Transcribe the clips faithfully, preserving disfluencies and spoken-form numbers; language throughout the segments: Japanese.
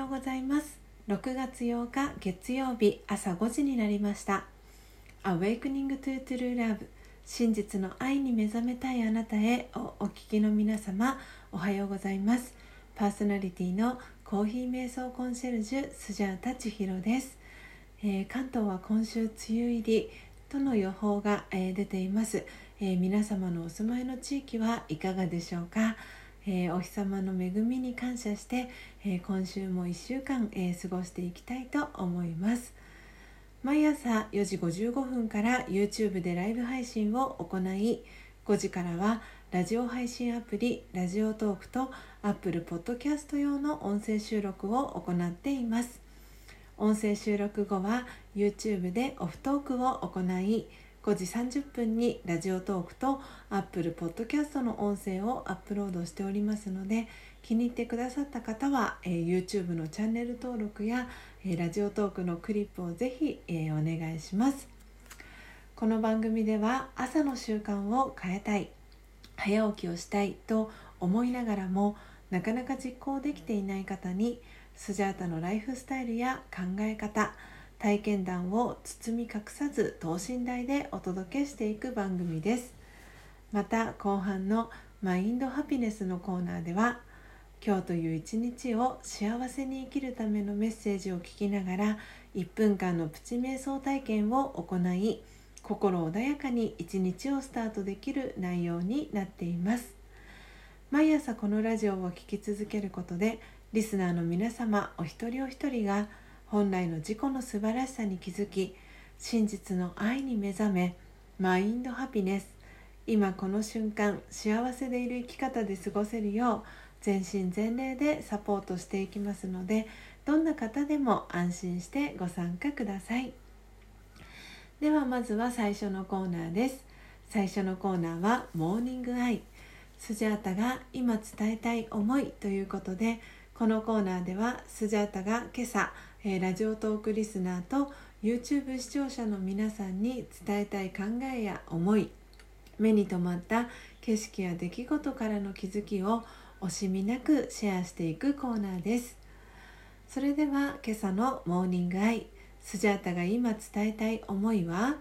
ようございます。ろくがつようか月曜日朝ごじになりました。 Awakening to True Love 真実の愛に目覚めたいあなたへをお聞きの皆様、おはようございます。パーソナリティのコーヒー瞑想コンシェルジュスジャータ千尋です。えー、関東は今週梅雨入りとの予報が、えー、出ています。えー、皆様のお住まいの地域はいかがでしょうか。えー、お日様の恵みに感謝して、えー、今週もいっしゅうかん、えー、過ごしていきたいと思います。毎朝よじごじゅうごふんから YouTube でライブ配信を行い、ごじからはラジオ配信アプリラジオトークと Apple Podcast 用の音声収録を行っています。音声収録後は YouTube でオフトークを行い、ごじさんじゅっぷんにラジオトークと Apple Podcast の音声をアップロードしておりますので、気に入ってくださった方は、えー、YouTube のチャンネル登録や、えー、ラジオトークのクリップをぜひ、えー、お願いします。この番組では朝の習慣を変えたい、早起きをしたいと思いながらもなかなか実行できていない方に、スジャータのライフスタイルや考え方、体験談を包み隠さず等身大でお届けしていく番組です。また後半のマインドハピネスのコーナーでは、今日という一日を幸せに生きるためのメッセージを聞きながらいっぷんかんのプチ瞑想体験を行い、心穏やかに一日をスタートできる内容になっています。毎朝このラジオを聞き続けることで、リスナーの皆様お一人お一人が本来の自己の素晴らしさに気づき、真実の愛に目覚め、マインドハピネス、今この瞬間幸せでいる生き方で過ごせるよう全身全霊でサポートしていきますので、どんな方でも安心してご参加ください。ではまずは最初のコーナーです。最初のコーナーはモーニングアイ、スジャータが今伝えたい思いということで、このコーナーではスジャータが今朝、えー、ラジオトークリスナーと YouTube 視聴者の皆さんに伝えたい考えや思い、目に留まった景色や出来事からの気づきを惜しみなくシェアしていくコーナーです。それでは今朝のモーニングアイ、スジャータが今伝えたい思いは、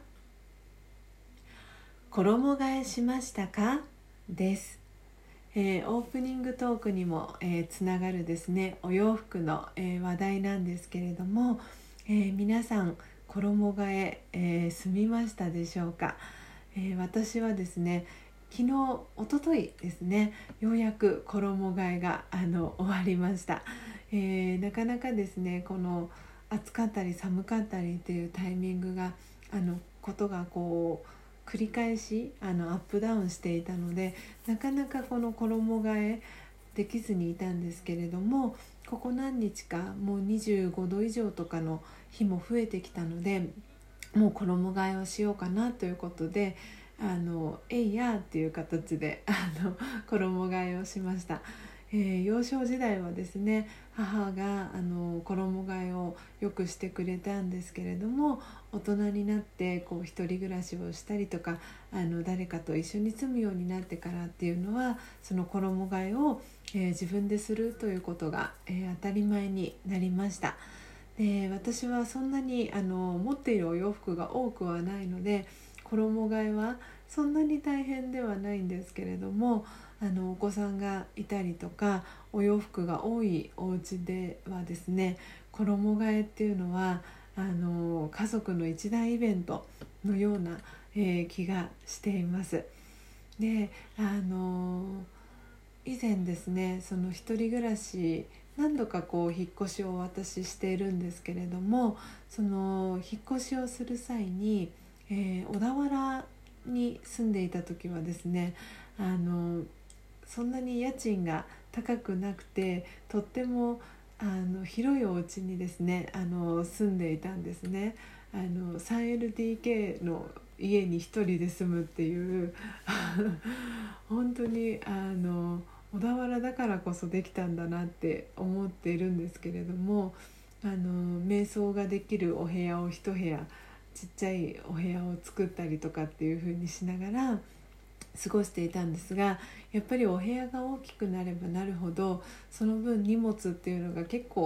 衣替えしましたかです。えー、オープニングトークにも、えー、つながるですね、お洋服の、えー、話題なんですけれども、えー、皆さん衣替え、えー、済みましたでしょうか。えー、私はですね、昨日一昨日ですね、ようやく衣替えがあの終わりました。えー、なかなかですね、この暑かったり寒かったりっていうタイミングがあのことがこう繰り返しあのアップダウンしていたので、なかなかこの衣替えできずにいたんですけれども、ここ何日かもうにじゅうごど以上とかの日も増えてきたので、もう衣替えをしようかなということで、あのえいやーっていう形であの衣替えをしました。えー、幼少時代はですね、母があの衣替えをよくしてくれたんですけれども、大人になってこう一人暮らしをしたりとか、あの誰かと一緒に住むようになってからっていうのは、その衣替えを、えー、自分でするということが、えー、当たり前になりました。で、私はそんなにあの持っているお洋服が多くはないので、衣替えはそんなに大変ではないんですけれども、あのお子さんがいたりとかお洋服が多いお家ではですね、衣替えっていうのはあの家族の一大イベントのような、えー、気がしています。で、あの以前ですね、その一人暮らし何度かこう引っ越しを私しているんですけれども、その引っ越しをする際に、えー、小田原に住んでいた時はですね、あのそんなに家賃が高くなくて、とってもあの広いお家にですねあの住んでいたんですね。あの スリーエルディーケー の家に一人で住むっていう本当にあの小田原だからこそできたんだなって思っているんですけれども、あの瞑想ができるお部屋を一部屋、ちっちゃいお部屋を作ったりとかっていう風にしながら過ごしていたんですが、やっぱりお部屋が大きくなればなるほどその分荷物っていうのが結構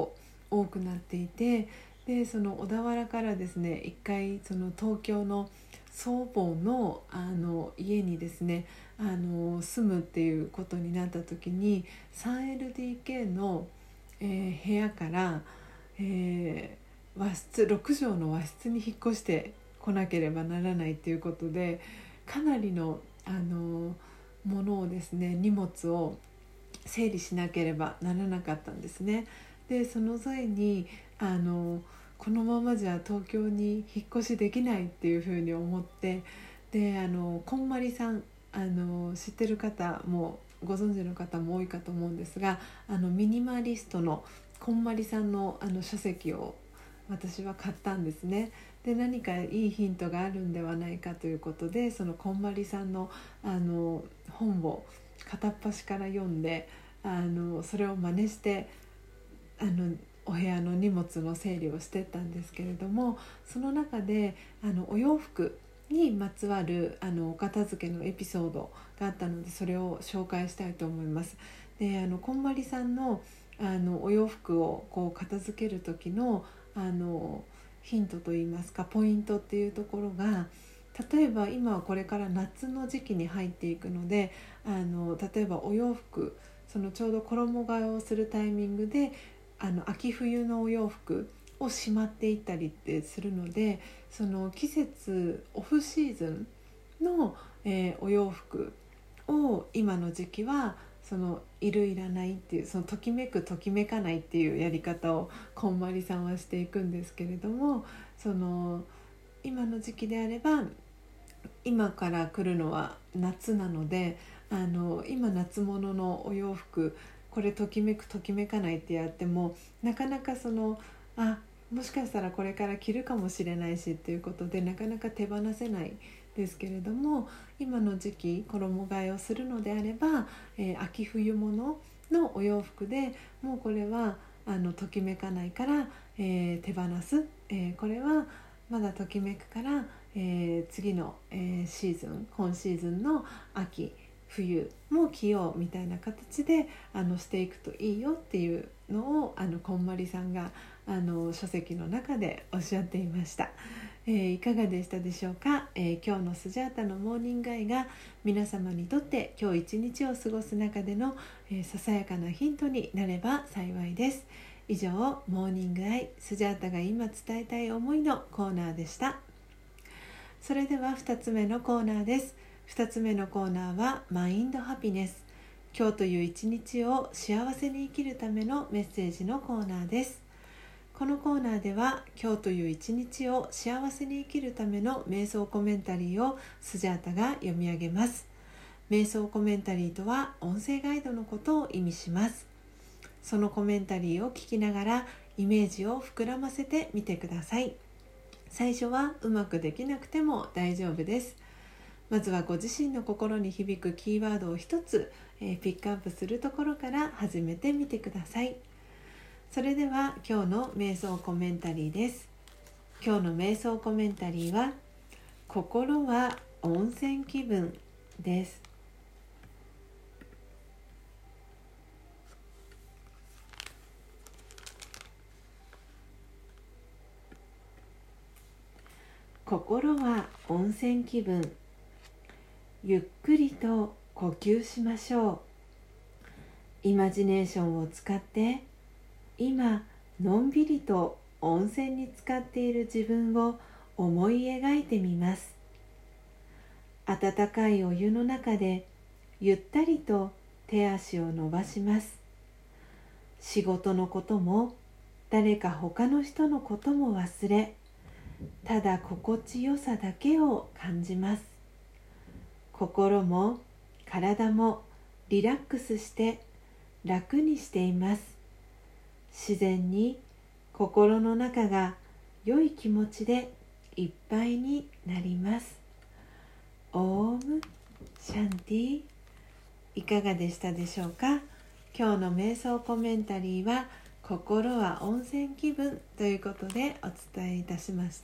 多くなっていて、でその小田原からですね一回その東京の祖母の、あの家にですねあの住むっていうことになった時に スリーエルディーケー の、えー部屋から、えー和室ろく畳の和室に引っ越してこなければならないっていうことで、かなりのあのものをですね荷物を整理しなければならなかったんですね。でその際にあのこのままじゃ東京に引っ越しできないっていうふうに思って、であのこんまりさん、あの知ってる方もご存知の方も多いかと思うんですが、あのミニマリストのこんまりさんの、あの書籍を私は買ったんですね。で何かいいヒントがあるんではないかということで、そのこんまりさんの、あの本を片っ端から読んで、あのそれを真似してあのお部屋の荷物の整理をしてったんですけれども、その中であのお洋服にまつわるあのお片付けのエピソードがあったので、それを紹介したいと思います。であのこんまりさんの、あのお洋服をこう片付ける時のあのヒントといいますかポイントっていうところが、例えば今はこれから夏の時期に入っていくので、あの例えばお洋服、そのちょうど衣替えをするタイミングであの秋冬のお洋服をしまっていったりってするので、その季節オフシーズンの、えーお洋服を今の時期はそのいるいらないっていう、そのときめくときめかないっていうやり方をこんまりさんはしていくんですけれども、その今の時期であれば今から来るのは夏なので、あの今夏物のお洋服これときめくときめかないってやってもなかなかそのあもしかしたらこれから着るかもしれないしっていうことでなかなか手放せないですけれども、今の時期衣替えをするのであれば、えー秋冬物のお洋服でもうこれはあのときめかないから、えー手放す、えーこれはまだときめくから、えー次の、えーシーズン今シーズンの秋冬も着ようみたいな形であのしていくといいよっていうのをあのこんまりさんがあの書籍の中でおっしゃっていました。えーいかがでしたでしょうか。えー今日のスジャータのモーニングアイが皆様にとって今日一日を過ごす中での、えーささやかなヒントになれば幸いです。以上、モーニングアイスジャータが今伝えたい思いのコーナーでした。それではふたつめのコーナーです。ふたつめのコーナーはマインドハピネス。今日という一日を幸せに生きるためのメッセージのコーナーです。このコーナーでは今日という一日を幸せに生きるための瞑想コメンタリーをスジャータが読み上げます。瞑想コメンタリーとは音声ガイドのことを意味します。そのコメンタリーを聞きながらイメージを膨らませてみてください。最初はうまくできなくても大丈夫です。まずはご自身の心に響くキーワードを一つ、えーピックアップするところから始めてみてください。それでは今日の瞑想コメンタリーです。今日の瞑想コメンタリーは心は温泉気分です。心は温泉気分。ゆっくりと呼吸しましょう。イマジネーションを使って今のんびりと温泉に浸かっている自分を思い描いてみます。温かいお湯の中でゆったりと手足を伸ばします。仕事のことも誰か他の人のことも忘れ、ただ心地よさだけを感じます。心も体もリラックスして楽にしています。自然に心の中が良い気持ちでいっぱいになります。オームシャンティ。いかがでしたでしょうか。今日の瞑想コメンタリーは心は温泉気分ということでお伝えいたしました。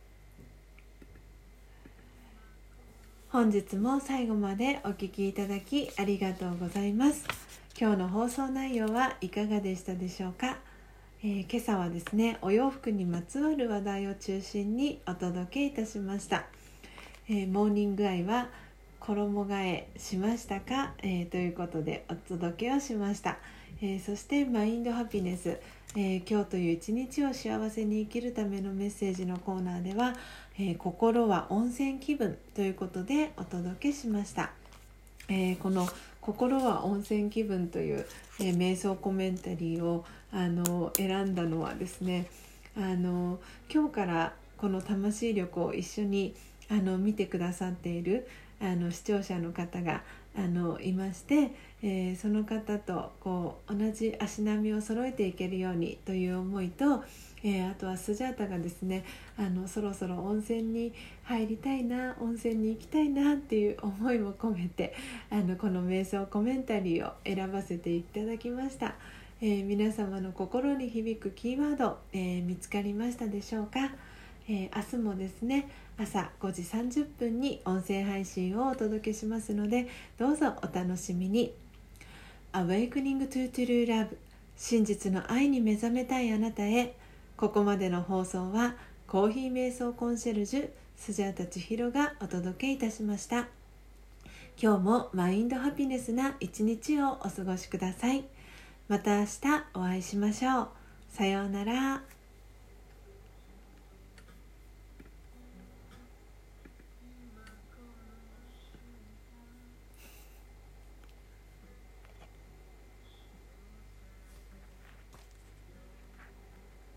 本日も最後までお聞きいただきありがとうございます。今日の放送内容はいかがでしたでしょうか。 えー、今朝はですね、お洋服にまつわる話題を中心にお届けいたしました。えー、モーニングアイは衣替えしましたか、えー、ということでお届けをしました。えー、そしてマインドハピネス、えー、今日という一日を幸せに生きるためのメッセージのコーナーでは、えー、心は温泉気分ということでお届けしました。えー、この心は温泉気分という、えー、瞑想コメンタリーをあの選んだのはですね、あの今日からこの魂力を一緒にあの見てくださっているあの視聴者の方があのいまして、えー、その方とこう同じ足並みを揃えていけるようにという思いと、えー、あとはスジャータがですね、あのそろそろ温泉に入りたいな、温泉に行きたいなっていう思いも込めてあのこの瞑想コメンタリーを選ばせていただきました。えー、皆様の心に響くキーワード、えー、見つかりましたでしょうか。えー、明日もですね、朝ごじさんじゅっぷんに音声配信をお届けしますので、どうぞお楽しみに。 Awakening to True Love、 真実の愛に目覚めたいあなたへ。ここまでの放送はコーヒー瞑想コンシェルジュスジャータ千尋がお届けいたしました。今日もマインドハピネスな一日をお過ごしください。また明日お会いしましょう。さようなら。